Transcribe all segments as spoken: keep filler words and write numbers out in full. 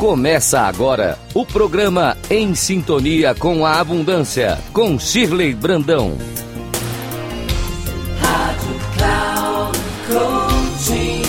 Começa agora o programa Em Sintonia com a Abundância, com Shirley Brandão. Rádio Cloud Coaching.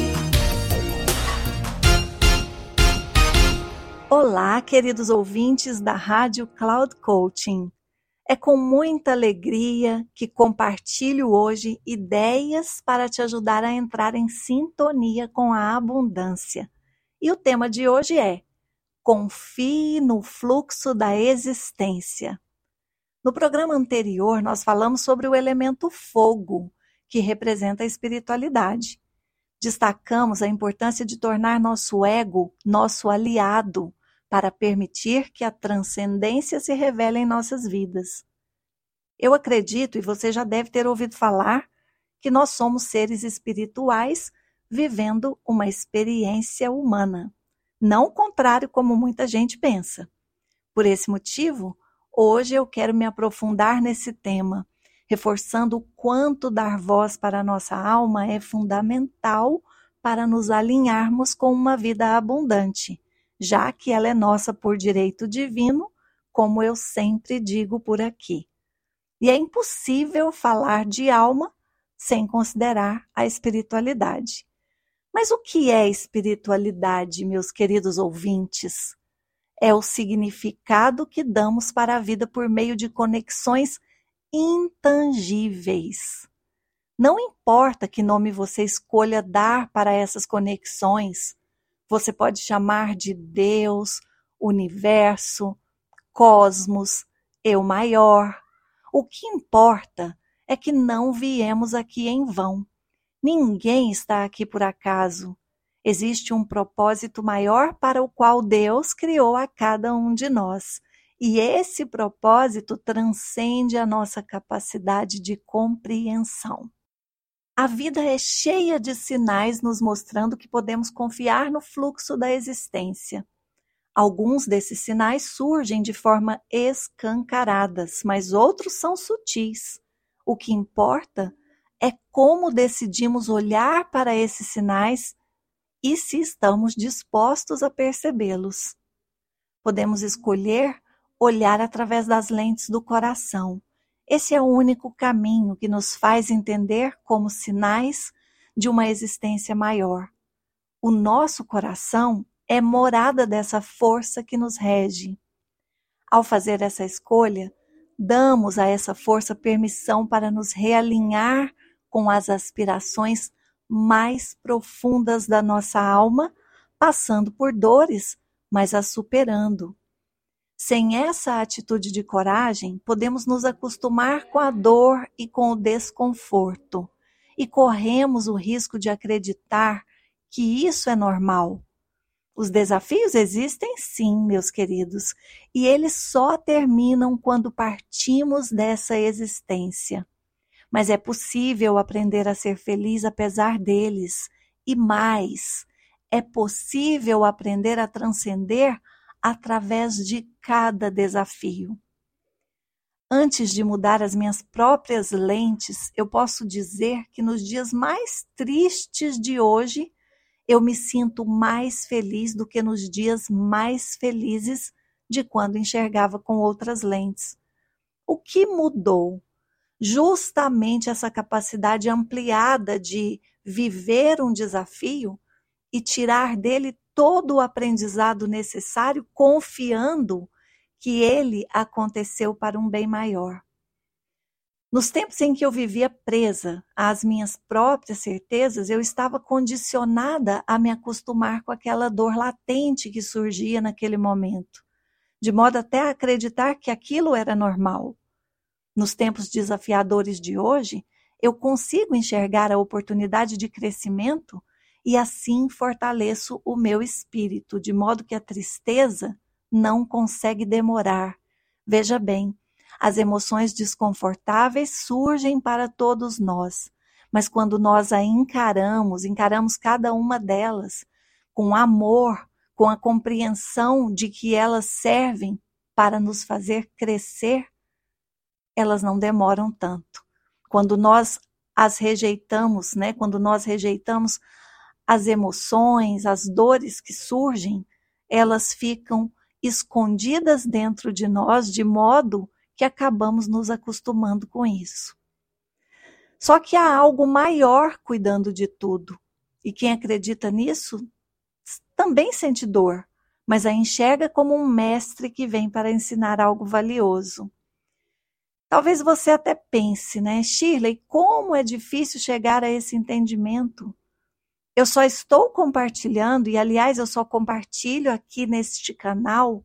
Olá, queridos ouvintes da Rádio Cloud Coaching. É com muita alegria que compartilho hoje ideias para te ajudar a entrar em sintonia com a abundância. E o tema de hoje é: confie no fluxo da existência. No programa anterior, nós falamos sobre o elemento fogo, que representa a espiritualidade. Destacamos a importância de tornar nosso ego nosso aliado, para permitir que a transcendência se revele em nossas vidas. Eu acredito, e você já deve ter ouvido falar, que nós somos seres espirituais vivendo uma experiência humana. Não o contrário como muita gente pensa. Por esse motivo, hoje eu quero me aprofundar nesse tema, reforçando o quanto dar voz para a nossa alma é fundamental para nos alinharmos com uma vida abundante, já que ela é nossa por direito divino, como eu sempre digo por aqui. E é impossível falar de alma sem considerar a espiritualidade. Mas o que é espiritualidade, meus queridos ouvintes? É o significado que damos para a vida por meio de conexões intangíveis. Não importa que nome você escolha dar para essas conexões, você pode chamar de Deus, universo, cosmos, eu maior. O que importa é que não viemos aqui em vão. Ninguém está aqui por acaso. Existe um propósito maior para o qual Deus criou a cada um de nós. E esse propósito transcende a nossa capacidade de compreensão. A vida é cheia de sinais nos mostrando que podemos confiar no fluxo da existência. Alguns desses sinais surgem de forma escancaradas, mas outros são sutis. O que importa é como decidimos olhar para esses sinais e se estamos dispostos a percebê-los. Podemos escolher olhar através das lentes do coração. Esse é o único caminho que nos faz entender como sinais de uma existência maior. O nosso coração é morada dessa força que nos rege. Ao fazer essa escolha, damos a essa força permissão para nos realinhar com as aspirações mais profundas da nossa alma, passando por dores, mas as superando. Sem essa atitude de coragem, podemos nos acostumar com a dor e com o desconforto, e corremos o risco de acreditar que isso é normal. Os desafios existem sim, meus queridos, e eles só terminam quando partimos dessa existência. Mas é possível aprender a ser feliz apesar deles, e mais, é possível aprender a transcender através de cada desafio. Antes de mudar as minhas próprias lentes, eu posso dizer que nos dias mais tristes de hoje, eu me sinto mais feliz do que nos dias mais felizes de quando enxergava com outras lentes. O que mudou? Justamente essa capacidade ampliada de viver um desafio e tirar dele todo o aprendizado necessário, confiando que ele aconteceu para um bem maior. Nos tempos em que eu vivia presa às minhas próprias certezas, eu estava condicionada a me acostumar com aquela dor latente que surgia naquele momento, de modo até a acreditar que aquilo era normal. Nos tempos desafiadores de hoje, eu consigo enxergar a oportunidade de crescimento e assim fortaleço o meu espírito, de modo que a tristeza não consegue demorar. Veja bem, as emoções desconfortáveis surgem para todos nós, mas quando nós a encaramos, encaramos cada uma delas com amor, com a compreensão de que elas servem para nos fazer crescer, elas não demoram tanto. Quando nós as rejeitamos, né? Quando nós rejeitamos as emoções, as dores que surgem, elas ficam escondidas dentro de nós, de modo que acabamos nos acostumando com isso. Só que há algo maior cuidando de tudo, e quem acredita nisso também sente dor, mas a enxerga como um mestre que vem para ensinar algo valioso. Talvez você até pense, né, Shirley, como é difícil chegar a esse entendimento. Eu só estou compartilhando, e aliás eu só compartilho aqui neste canal,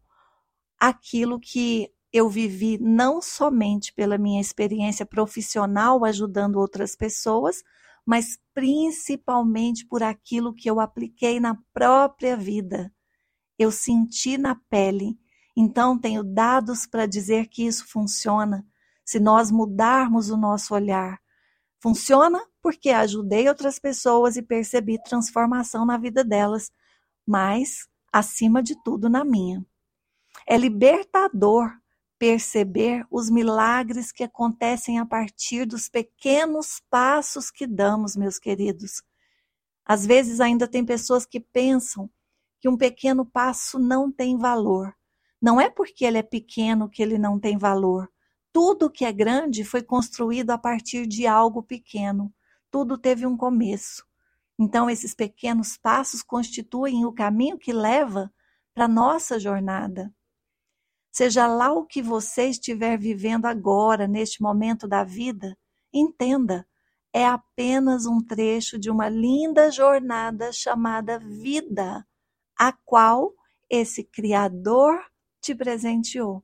aquilo que eu vivi não somente pela minha experiência profissional ajudando outras pessoas, mas principalmente por aquilo que eu apliquei na própria vida. Eu senti na pele, então tenho dados para dizer que isso funciona, se nós mudarmos o nosso olhar. Funciona porque ajudei outras pessoas e percebi transformação na vida delas, mas, acima de tudo, na minha. É libertador perceber os milagres que acontecem a partir dos pequenos passos que damos, meus queridos. Às vezes ainda tem pessoas que pensam que um pequeno passo não tem valor. Não é porque ele é pequeno que ele não tem valor. Tudo que é grande foi construído a partir de algo pequeno. Tudo teve um começo. Então, esses pequenos passos constituem o caminho que leva para a nossa jornada. Seja lá o que você estiver vivendo agora, neste momento da vida, entenda, é apenas um trecho de uma linda jornada chamada vida, a qual esse Criador te presenteou.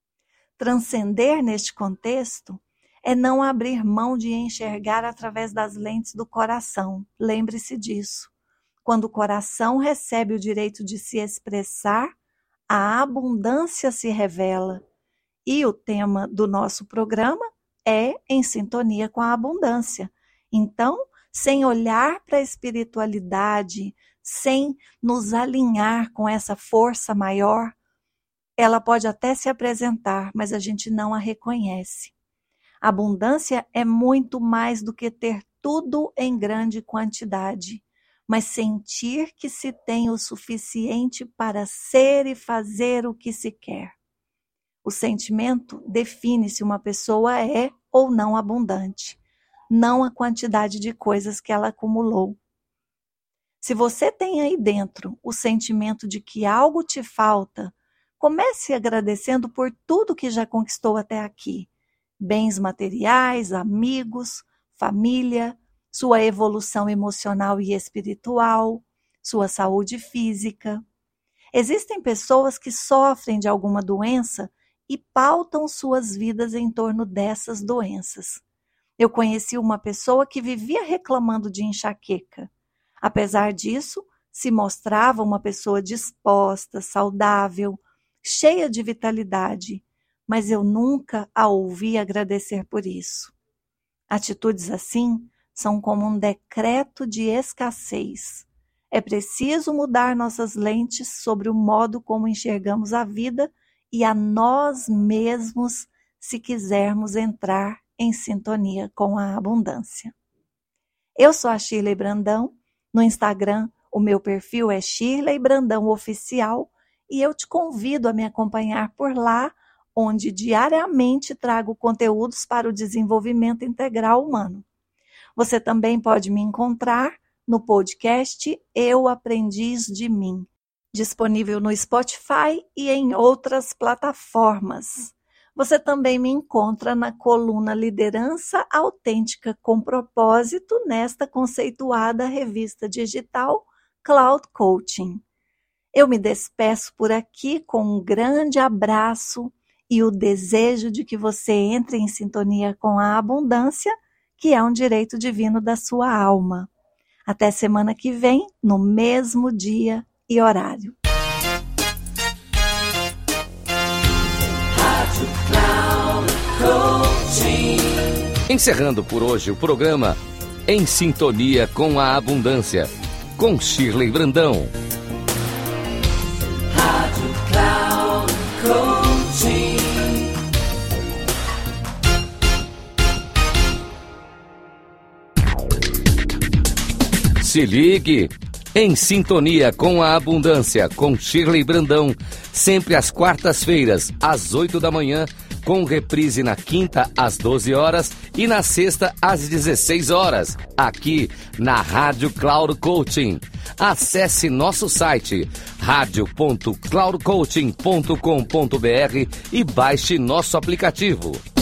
Transcender neste contexto é não abrir mão de enxergar através das lentes do coração. Lembre-se disso. Quando o coração recebe o direito de se expressar, a abundância se revela. E o tema do nosso programa é em sintonia com a abundância. Então, sem olhar para a espiritualidade, sem nos alinhar com essa força maior, ela pode até se apresentar, mas a gente não a reconhece. A abundância é muito mais do que ter tudo em grande quantidade, mas sentir que se tem o suficiente para ser e fazer o que se quer. O sentimento define se uma pessoa é ou não abundante, não a quantidade de coisas que ela acumulou. Se você tem aí dentro o sentimento de que algo te falta, comece agradecendo por tudo que já conquistou até aqui. Bens materiais, amigos, família, sua evolução emocional e espiritual, sua saúde física. Existem pessoas que sofrem de alguma doença e pautam suas vidas em torno dessas doenças. Eu conheci uma pessoa que vivia reclamando de enxaqueca. Apesar disso, se mostrava uma pessoa disposta, saudável, cheia de vitalidade, mas eu nunca a ouvi agradecer por isso. Atitudes assim são como um decreto de escassez. É preciso mudar nossas lentes sobre o modo como enxergamos a vida e a nós mesmos se quisermos entrar em sintonia com a abundância. Eu sou a Shirley Brandão. No Instagram, o meu perfil é Shirley Brandão Oficial e eu te convido a me acompanhar por lá, onde diariamente trago conteúdos para o desenvolvimento integral humano. Você também pode me encontrar no podcast Eu Aprendiz de Mim, disponível no Spotify e em outras plataformas. Você também me encontra na coluna Liderança Autêntica com Propósito, nesta conceituada revista digital Cloud Coaching. Eu me despeço por aqui com um grande abraço e o desejo de que você entre em sintonia com a abundância, que é um direito divino da sua alma. Até semana que vem, no mesmo dia e horário. Encerrando por hoje o programa Em Sintonia com a Abundância, com Shirley Brandão. Rádio Cloud Coaching. Se ligue, Em Sintonia com a Abundância, com Shirley Brandão, sempre às quartas-feiras, às oito da manhã, com reprise na quinta, às doze horas e na sexta, às dezesseis horas, aqui na Rádio Cloud Coaching. Acesse nosso site rádio ponto cloud coaching ponto com ponto b r e baixe nosso aplicativo.